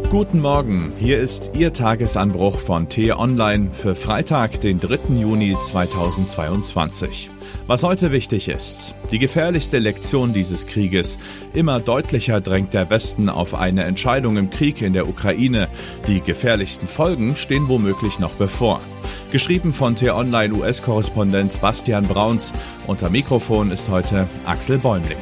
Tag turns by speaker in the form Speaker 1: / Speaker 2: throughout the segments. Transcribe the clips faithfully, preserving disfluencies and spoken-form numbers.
Speaker 1: Guten Morgen, hier ist Ihr Tagesanbruch von T-Online für Freitag, den dritten Juni zweitausendzweiundzwanzig. Was heute wichtig ist: die gefährlichste Lektion dieses Krieges. Immer deutlicher drängt der Westen auf eine Entscheidung im Krieg in der Ukraine. Die gefährlichsten Folgen stehen womöglich noch bevor. Geschrieben von T-Online-U S-Korrespondent Bastian Brauns. Unter Mikrofon ist heute Axel Bäumling.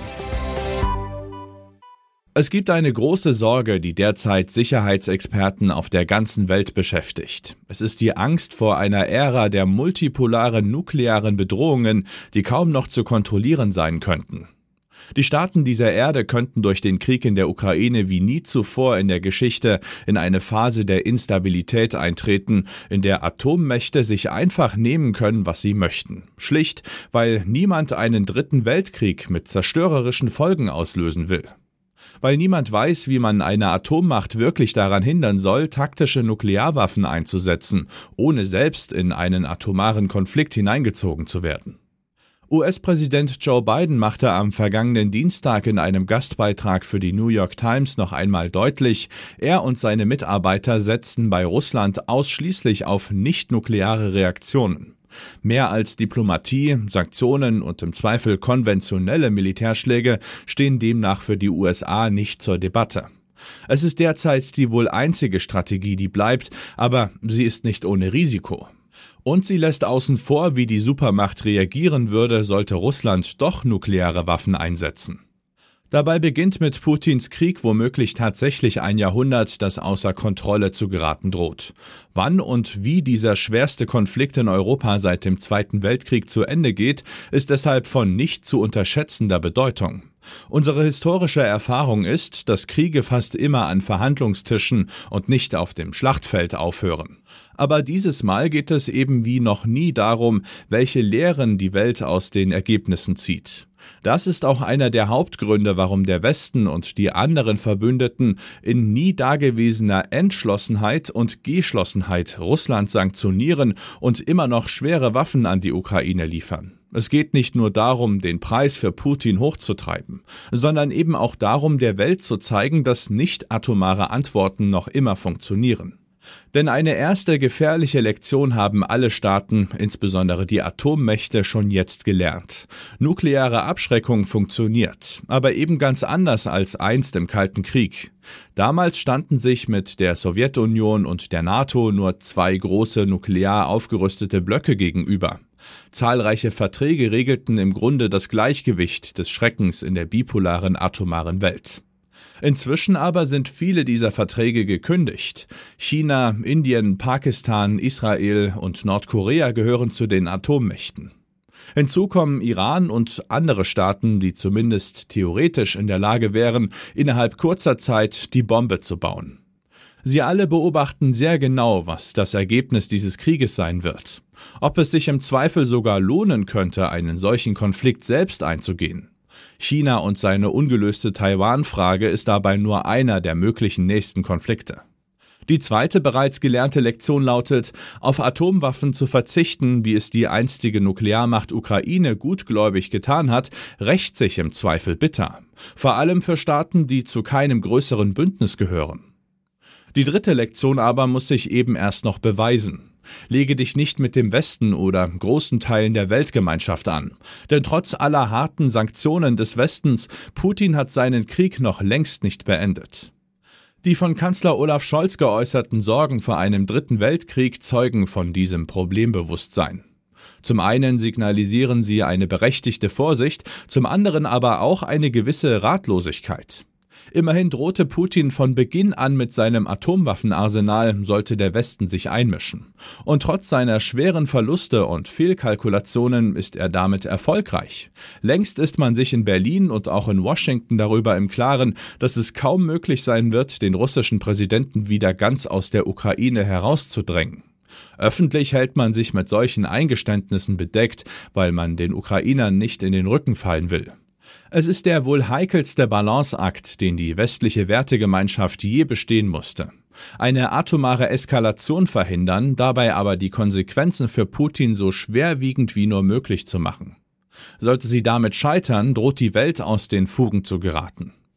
Speaker 1: Es gibt eine große Sorge, die derzeit Sicherheitsexperten auf der ganzen Welt beschäftigt. Es ist die Angst vor einer Ära der multipolaren nuklearen Bedrohungen, die kaum noch zu kontrollieren sein könnten. Die Staaten dieser Erde könnten durch den Krieg in der Ukraine wie nie zuvor in der Geschichte in eine Phase der Instabilität eintreten, in der Atommächte sich einfach nehmen können, was sie möchten. Schlicht, weil niemand einen dritten Weltkrieg mit zerstörerischen Folgen auslösen will. Weil niemand weiß, wie man eine Atommacht wirklich daran hindern soll, taktische Nuklearwaffen einzusetzen, ohne selbst in einen atomaren Konflikt hineingezogen zu werden. U S-Präsident Joe Biden machte am vergangenen Dienstag in einem Gastbeitrag für die New York Times noch einmal deutlich, er und seine Mitarbeiter setzten bei Russland ausschließlich auf nicht-nukleare Reaktionen. Mehr als Diplomatie, Sanktionen und im Zweifel konventionelle Militärschläge stehen demnach für die U S A nicht zur Debatte. Es ist derzeit die wohl einzige Strategie, die bleibt, aber sie ist nicht ohne Risiko. Und sie lässt außen vor, wie die Supermacht reagieren würde, sollte Russland doch nukleare Waffen einsetzen. Dabei beginnt mit Putins Krieg womöglich tatsächlich ein Jahrhundert, das außer Kontrolle zu geraten droht. Wann und wie dieser schwerste Konflikt in Europa seit dem Zweiten Weltkrieg zu Ende geht, ist deshalb von nicht zu unterschätzender Bedeutung. Unsere historische Erfahrung ist, dass Kriege fast immer an Verhandlungstischen und nicht auf dem Schlachtfeld aufhören. Aber dieses Mal geht es eben wie noch nie darum, welche Lehren die Welt aus den Ergebnissen zieht. Das ist auch einer der Hauptgründe, warum der Westen und die anderen Verbündeten in nie dagewesener Entschlossenheit und Geschlossenheit Russland sanktionieren und immer noch schwere Waffen an die Ukraine liefern. Es geht nicht nur darum, den Preis für Putin hochzutreiben, sondern eben auch darum, der Welt zu zeigen, dass nicht-atomare Antworten noch immer funktionieren. Denn eine erste gefährliche Lektion haben alle Staaten, insbesondere die Atommächte, schon jetzt gelernt. Nukleare Abschreckung funktioniert, aber eben ganz anders als einst im Kalten Krieg. Damals standen sich mit der Sowjetunion und der NATO nur zwei große nuklear aufgerüstete Blöcke gegenüber. Zahlreiche Verträge regelten im Grunde das Gleichgewicht des Schreckens in der bipolaren atomaren Welt. Inzwischen aber sind viele dieser Verträge gekündigt. China, Indien, Pakistan, Israel und Nordkorea gehören zu den Atommächten. Hinzu kommen Iran und andere Staaten, die zumindest theoretisch in der Lage wären, innerhalb kurzer Zeit die Bombe zu bauen. Sie alle beobachten sehr genau, was das Ergebnis dieses Krieges sein wird. Ob es sich im Zweifel sogar lohnen könnte, einen solchen Konflikt selbst einzugehen. China und seine ungelöste Taiwan-Frage ist dabei nur einer der möglichen nächsten Konflikte. Die zweite bereits gelernte Lektion lautet, auf Atomwaffen zu verzichten, wie es die einstige Nuklearmacht Ukraine gutgläubig getan hat, rächt sich im Zweifel bitter. Vor allem für Staaten, die zu keinem größeren Bündnis gehören. Die dritte Lektion aber muss sich eben erst noch beweisen. Lege dich nicht mit dem Westen oder großen Teilen der Weltgemeinschaft an. Denn trotz aller harten Sanktionen des Westens, Putin hat seinen Krieg noch längst nicht beendet. Die von Kanzler Olaf Scholz geäußerten Sorgen vor einem dritten Weltkrieg zeugen von diesem Problembewusstsein. Zum einen signalisieren sie eine berechtigte Vorsicht, zum anderen aber auch eine gewisse Ratlosigkeit. Immerhin drohte Putin von Beginn an mit seinem Atomwaffenarsenal, sollte der Westen sich einmischen. Und trotz seiner schweren Verluste und Fehlkalkulationen ist er damit erfolgreich. Längst ist man sich in Berlin und auch in Washington darüber im Klaren, dass es kaum möglich sein wird, den russischen Präsidenten wieder ganz aus der Ukraine herauszudrängen. Öffentlich hält man sich mit solchen Eingeständnissen bedeckt, weil man den Ukrainern nicht in den Rücken fallen will. Es ist der wohl heikelste Balanceakt, den die westliche Wertegemeinschaft je bestehen musste. Eine atomare Eskalation verhindern, dabei aber die Konsequenzen für Putin so schwerwiegend wie nur möglich zu machen. Sollte sie damit scheitern, droht die Welt aus den Fugen zu geraten.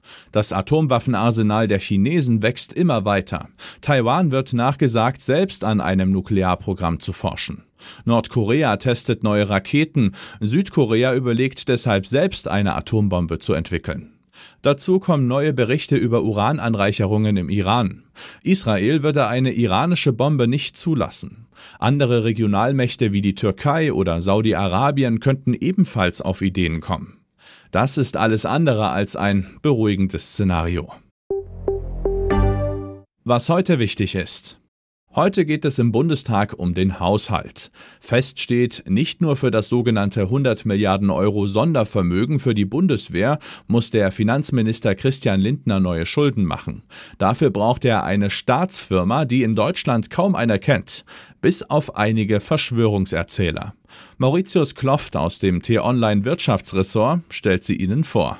Speaker 1: Das Atomwaffenarsenal der Chinesen wächst immer weiter. Taiwan wird nachgesagt, selbst an einem Nuklearprogramm zu forschen. Nordkorea testet neue Raketen. Südkorea überlegt deshalb selbst eine Atombombe zu entwickeln. Dazu kommen neue Berichte über Urananreicherungen im Iran. Israel würde eine iranische Bombe nicht zulassen. Andere Regionalmächte wie die Türkei oder Saudi-Arabien könnten ebenfalls auf Ideen kommen. Das ist alles andere als ein beruhigendes Szenario. Was heute wichtig ist. Heute geht es im Bundestag um den Haushalt. Fest steht, nicht nur für das sogenannte hundert Milliarden Euro Sondervermögen für die Bundeswehr muss der Finanzminister Christian Lindner neue Schulden machen. Dafür braucht er eine Staatsfirma, die in Deutschland kaum einer kennt, bis auf einige Verschwörungserzähler. Mauritius Kloft aus dem T-Online Wirtschaftsressort stellt sie Ihnen vor.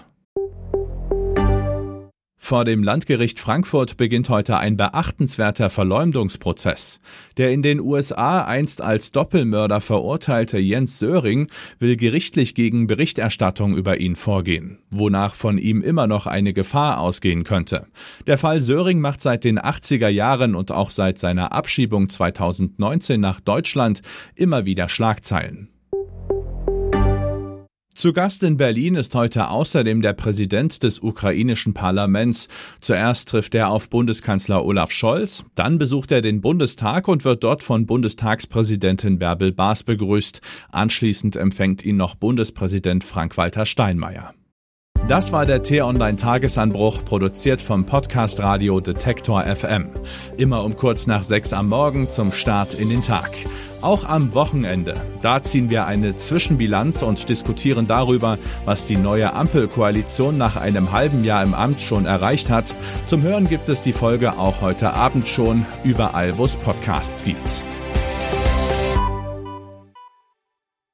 Speaker 1: Vor dem Landgericht Frankfurt beginnt heute ein beachtenswerter Verleumdungsprozess. Der in den U S A einst als Doppelmörder verurteilte Jens Söring will gerichtlich gegen Berichterstattung über ihn vorgehen, wonach von ihm immer noch eine Gefahr ausgehen könnte. Der Fall Söring macht seit den achtziger Jahren und auch seit seiner Abschiebung zweitausendneunzehn nach Deutschland immer wieder Schlagzeilen. Zu Gast in Berlin ist heute außerdem der Präsident des ukrainischen Parlaments. Zuerst trifft er auf Bundeskanzler Olaf Scholz, dann besucht er den Bundestag und wird dort von Bundestagspräsidentin Bärbel Baas begrüßt. Anschließend empfängt ihn noch Bundespräsident Frank-Walter Steinmeier. Das war der T-Online-Tagesanbruch, produziert vom Podcast Radio Detektor F M. Immer um kurz nach sechs am Morgen zum Start in den Tag. Auch am Wochenende. Da ziehen wir eine Zwischenbilanz und diskutieren darüber, was die neue Ampelkoalition nach einem halben Jahr im Amt schon erreicht hat. Zum Hören gibt es die Folge auch heute Abend schon, überall wo es Podcasts gibt.